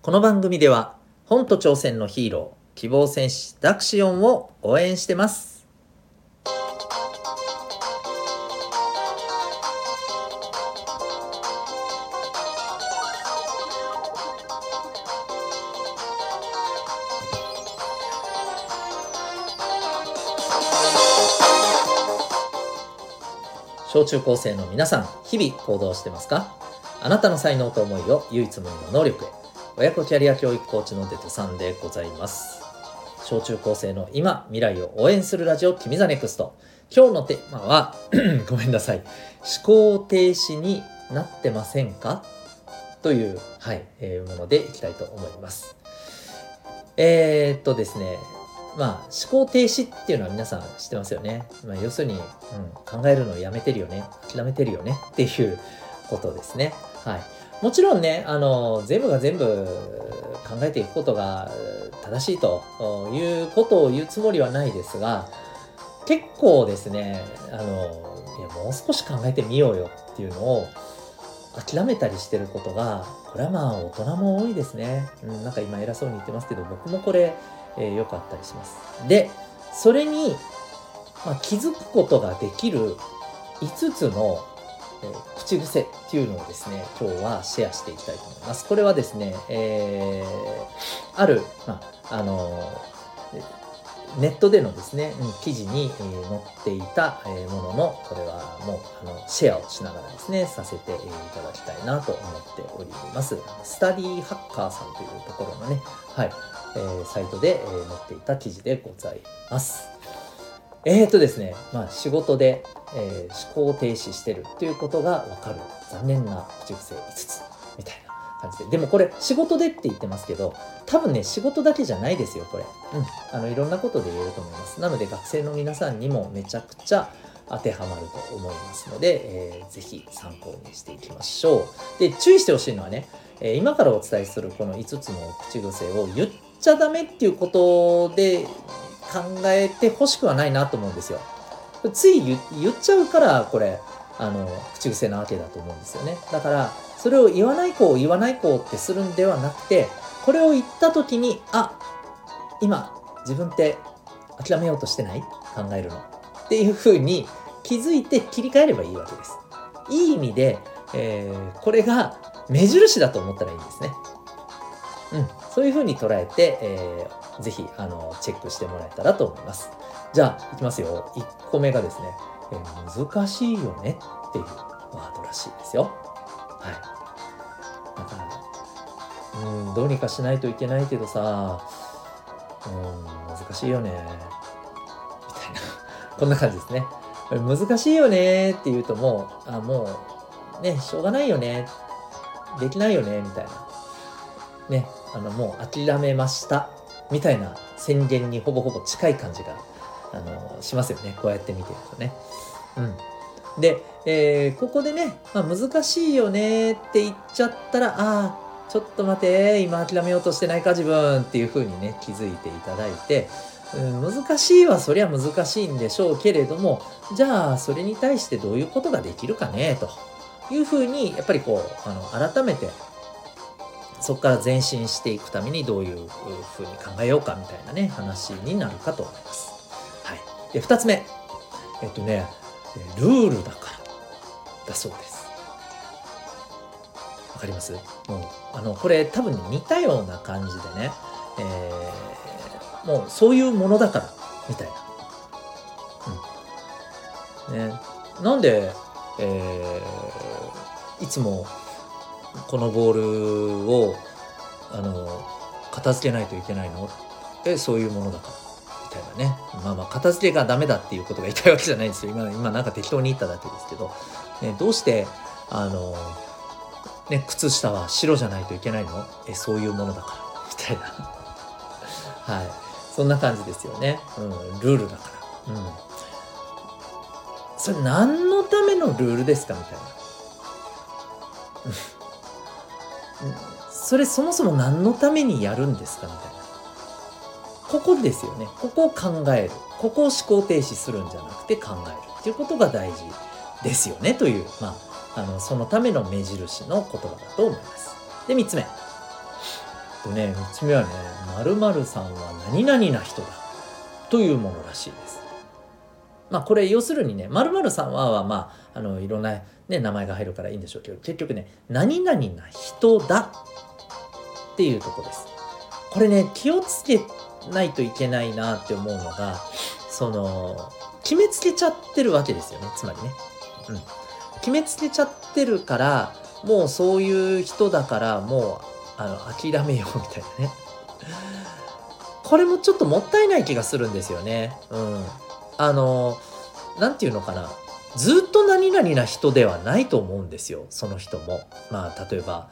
この番組では本と挑戦のヒーロー希望戦士ダクシオンを応援してます。小中高生の皆さん、日々行動してますか？あなたの才能と思いを唯一無二の能力へ。親子キャリア教育コーチのデトさんでございます。小中高生の今未来を応援するラジオ君ザネクスト。今日のテーマはごめんなさい、思考停止になってませんかという、ものでいきたいと思います。ですね、思考停止っていうのは皆さん知ってますよね。要するに、考えるのをやめてるよね、諦めてるよねっていうことですね。もちろんね、全部が全部考えていくことが正しいということを言うつもりはないですが、結構ですね、もう少し考えてみようよっていうのを諦めたりしてることが、これは大人も多いですね。なんか今偉そうに言ってますけど、僕もこれ、よくあったりします。で、それに、気づくことができる5つの、口癖っていうのをですね、今日はシェアしていきたいと思います。これはですね、ある、ネットでのですね、記事に載っていたものの、これはもうシェアをしながらですね、させていただきたいなと思っております。スタディハッカーさんというところのね、サイトで載っていた記事でございます。ですね、仕事で、思考停止してるっていうことがわかる残念な口癖5つみたいな感じで。でもこれ仕事でって言ってますけど、多分ね、仕事だけじゃないですよ、これ。いろんなことで言えると思います。なので学生の皆さんにもめちゃくちゃ当てはまると思いますので、ぜひ参考にしていきましょう。で、注意してほしいのはね、今からお伝えするこの5つの口癖を言っちゃダメっていうことで考えてほしくはないなと思うんですよ。つい言っちゃうから、これ、口癖なわけだと思うんですよね。だから、それを言わない子ってするんではなくて、これを言った時に、今、自分って諦めようとしてない？考えるの。っていう風に気づいて切り替えればいいわけです。いい意味で、これが目印だと思ったらいいんですね。そういう風に捉えて、ぜひチェックしてもらえたらと思います。じゃあいきますよ。1個目がですね、難しいよねっていうワードらしいですよ。だからどうにかしないといけないけどさ、難しいよねみたいなこんな感じですね。難しいよねって言うともうね、しょうがないよね、できないよねみたいなね、もう諦めましたみたいな宣言にほぼほぼ近い感じがしますよね。こうやって見てるとね。で、ここでね、難しいよねって言っちゃったら、ちょっと待て、今諦めようとしてないか自分っていう風にね、気づいていただいて、難しいはそりゃ難しいんでしょうけれども、じゃあそれに対してどういうことができるかねという風に、やっぱりこう改めてそこから前進していくためにどういう風に考えようかみたいなね、話になるかと思います。で、2つ目。ルールだからだそうです。わかります？もうこれ多分似たような感じでね、もうそういうものだからみたいな。なんで、いつもこのボールを片付けないといけないの？そういうものだからみたいなね。片付けがダメだっていうことが言いたいわけじゃないんですよ。今なんか適当に言っただけですけど、どうして靴下は白じゃないといけないの？そういうものだからみたいなそんな感じですよね。ルールだから。それ何のためのルールですかみたいな。それそもそも何のためにやるんですかみたいな。ここですよね。ここを考える。ここを思考停止するんじゃなくて考えるっていうことが大事ですよねという、そのための目印の言葉だと思います。で、3つ目。 3つ目はね、〇〇さんは何々な人だというものらしいです。これ要するにね、〇〇さんはいろんなね名前が入るからいいんでしょうけど、結局ね、何々な人だっていうところです。これね、気をつけないといけないなって思うのが、決めつけちゃってるわけですよね、つまりね。決めつけちゃってるから、もうそういう人だからもう諦めようみたいなね。これもちょっともったいない気がするんですよね。なんていうのかな。ずっと何々な人ではないと思うんですよ、その人も。例えば、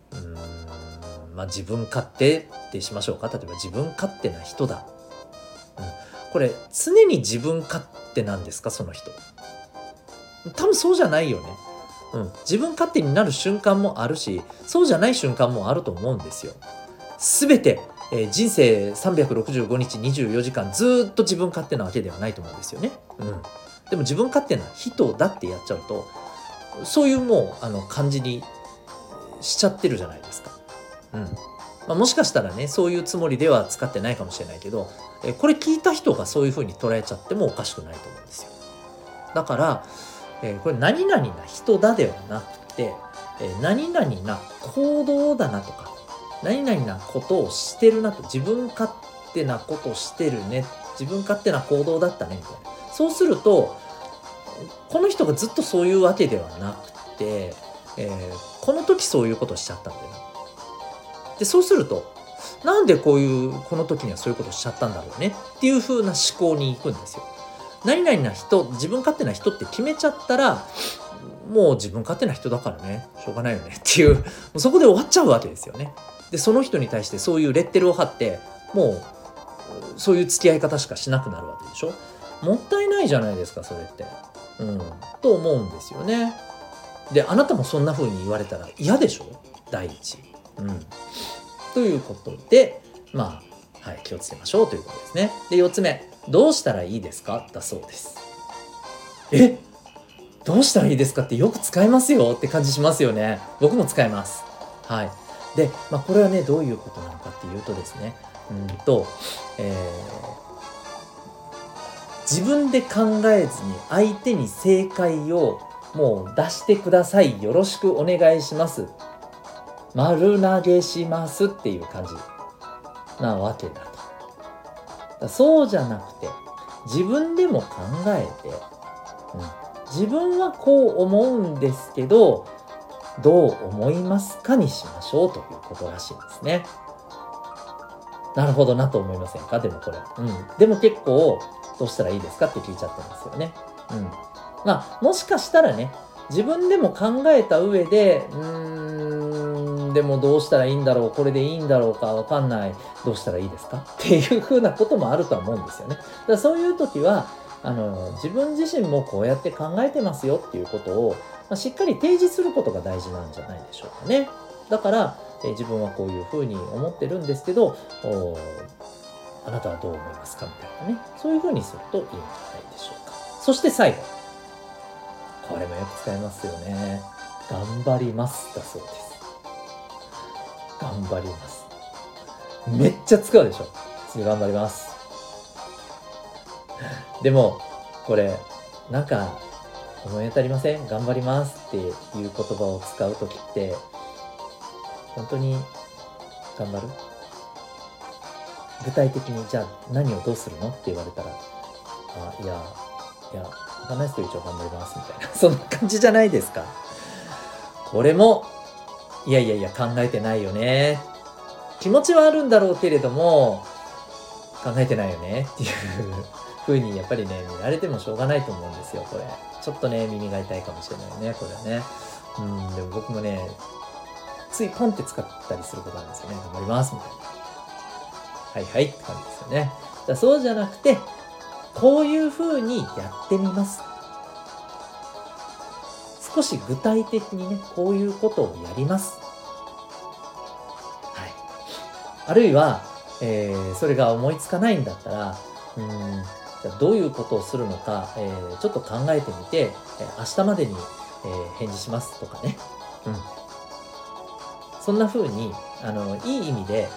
自分勝手ってしましょうか。例えば自分勝手な人だ。これ、常に自分勝手なんですか、その人。多分そうじゃないよね。自分勝手になる瞬間もあるし、そうじゃない瞬間もあると思うんですよ。すべて、人生365日24時間ずっと自分勝手なわけではないと思うんですよね。でも自分勝手な人だってやっちゃうと、そういうもう感じにしちゃってるじゃないですか。もしかしたらね、そういうつもりでは使ってないかもしれないけど、これ聞いた人がそういう風に捉えちゃってもおかしくないと思うんですよ。だから、これ何々な人だではなくて、何々な行動だなとか、何々なことをしてるなと、自分勝手なことしてるね、自分勝手な行動だったねみたいな。そうすると、この人がずっとそういうわけではなくて、この時そういうことしちゃったんだよな。で、そうすると、なんでこの時にはそういうことしちゃったんだろうねっていう風な思考に行くんですよ。何々な人、自分勝手な人って決めちゃったら、もう自分勝手な人だからね、しょうがないよねっていう、そこで終わっちゃうわけですよね。で、その人に対してそういうレッテルを貼って、もうそういう付き合い方しかしなくなるわけでしょ。もったいないじゃないですか、それって。と思うんですよね。で、あなたもそんな風に言われたら嫌でしょ、第一。ということで、気をつけましょうということですね。で、4つ目、どうしたらいいですかだそうです。どうしたらいいですかってよく使いますよって感じしますよね。僕も使います。はい。で、これはね、どういうことなのかっていうとですね、自分で考えずに相手に正解をもう出してください。よろしくお願いします。丸投げしますっていう感じなわけだと。そうじゃなくて、自分でも考えて、自分はこう思うんですけど、どう思いますかにしましょうということらしいんですね。なるほどなと思いませんか？でもこれ。でも結構、どうしたらいいですかって聞いちゃってますよね。もしかしたらね、自分でも考えた上で、でもどうしたらいいんだろう、これでいいんだろうかわかんない、どうしたらいいですかっていう風なこともあるとは思うんですよね。だからそういう時は、自分自身もこうやって考えてますよっていうことを、しっかり提示することが大事なんじゃないでしょうかね。だから、自分はこういう風に思ってるんですけど、あなたはどう思いますかみたいなね。そういう風にするといいんじゃないでしょうか。そして最後。これもよく使いますよね。頑張りますだそうです。頑張ります。めっちゃ使うでしょ。次頑張ります。でも、これ、なんか、思い当たりません？頑張りますっていう言葉を使うときって、本当に頑張る？具体的に、じゃあ何をどうするのって言われたら、いや、わかんないですけど一応頑張りますみたいな、そんな感じじゃないですか。これも、いや考えてないよね。気持ちはあるんだろうけれども、考えてないよねっていう風にやっぱりね、見られてもしょうがないと思うんですよ、これ。ちょっとね、耳が痛いかもしれないね、これはね。でも僕もね、ついポンって使ったりすることなんですよね。頑張りますみたいな。はいはいって感じですよね。そうじゃなくて、こういう風にやってみます。少し具体的にね、こういうことをやります。はい。あるいは、それが思いつかないんだったら、じゃあどういうことをするのか、ちょっと考えてみて、明日までに、返事しますとかね。 そんな風にいい意味で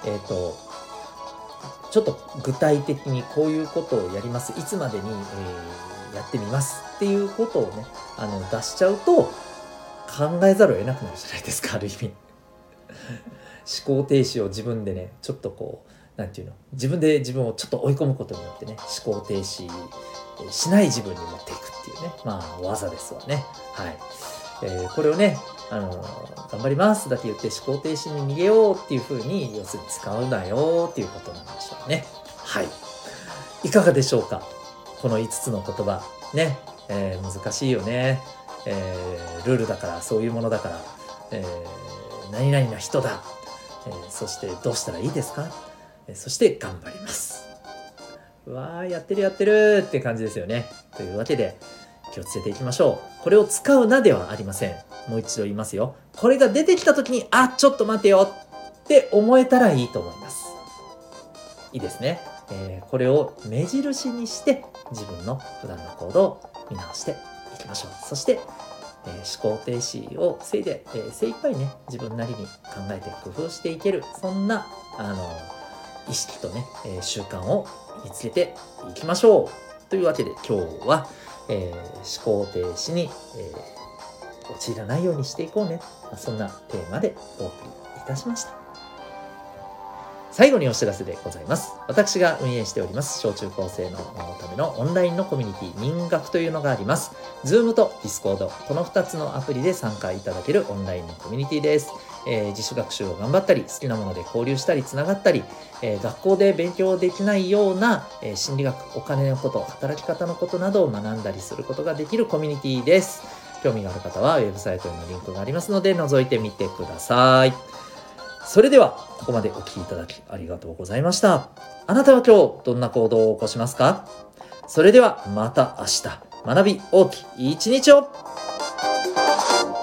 ちょっと具体的にこういうことをやります、いつまでに、やってみますっていうことをね出しちゃうと考えざるを得なくなるじゃないですか、ある意味思考停止を自分でねちょっとこうなんていうの、自分で自分をちょっと追い込むことによってね思考停止しない自分に持っていくっていうね、技ですわね。はい、これをね頑張りますだけ言って思考停止に逃げようっていう風に要するに使うなよっていうことなんでしょうね。はい、いかがでしょうか、この5つの言葉ね、難しいよね、ルールだからそういうものだから、何々な人だ、そしてどうしたらいいですか、そして頑張ります。うわーやってるって感じですよね。というわけで気をつけていきましょう。これを使うなではありません。もう一度言いますよ。これが出てきた時にちょっと待てよって思えたらいいと思います。いいですね。これを目印にして自分の普段の行動を見直していきましょう。そして、思考停止を防いで、精一杯ね自分なりに考えて工夫していける、そんな意識とね、習慣を身につけていきましょう。というわけで今日は、思考停止に、陥らないようにしていこうね、そんなテーマでお送りいたしました。最後にお知らせでございます。私が運営しております小中高生のためのオンラインのコミュニティ民学というのがあります。Zoom と Discord、この2つのアプリで参加いただけるオンラインのコミュニティです。自主学習を頑張ったり、好きなもので交流したりつながったり、学校で勉強できないような、心理学、お金のこと、働き方のことなどを学んだりすることができるコミュニティです。興味がある方はウェブサイトへのリンクがありますので覗いてみてください。それではここまでお聞きいただきありがとうございました。あなたは今日どんな行動を起こしますか？それではまた明日、学び大きい一日を。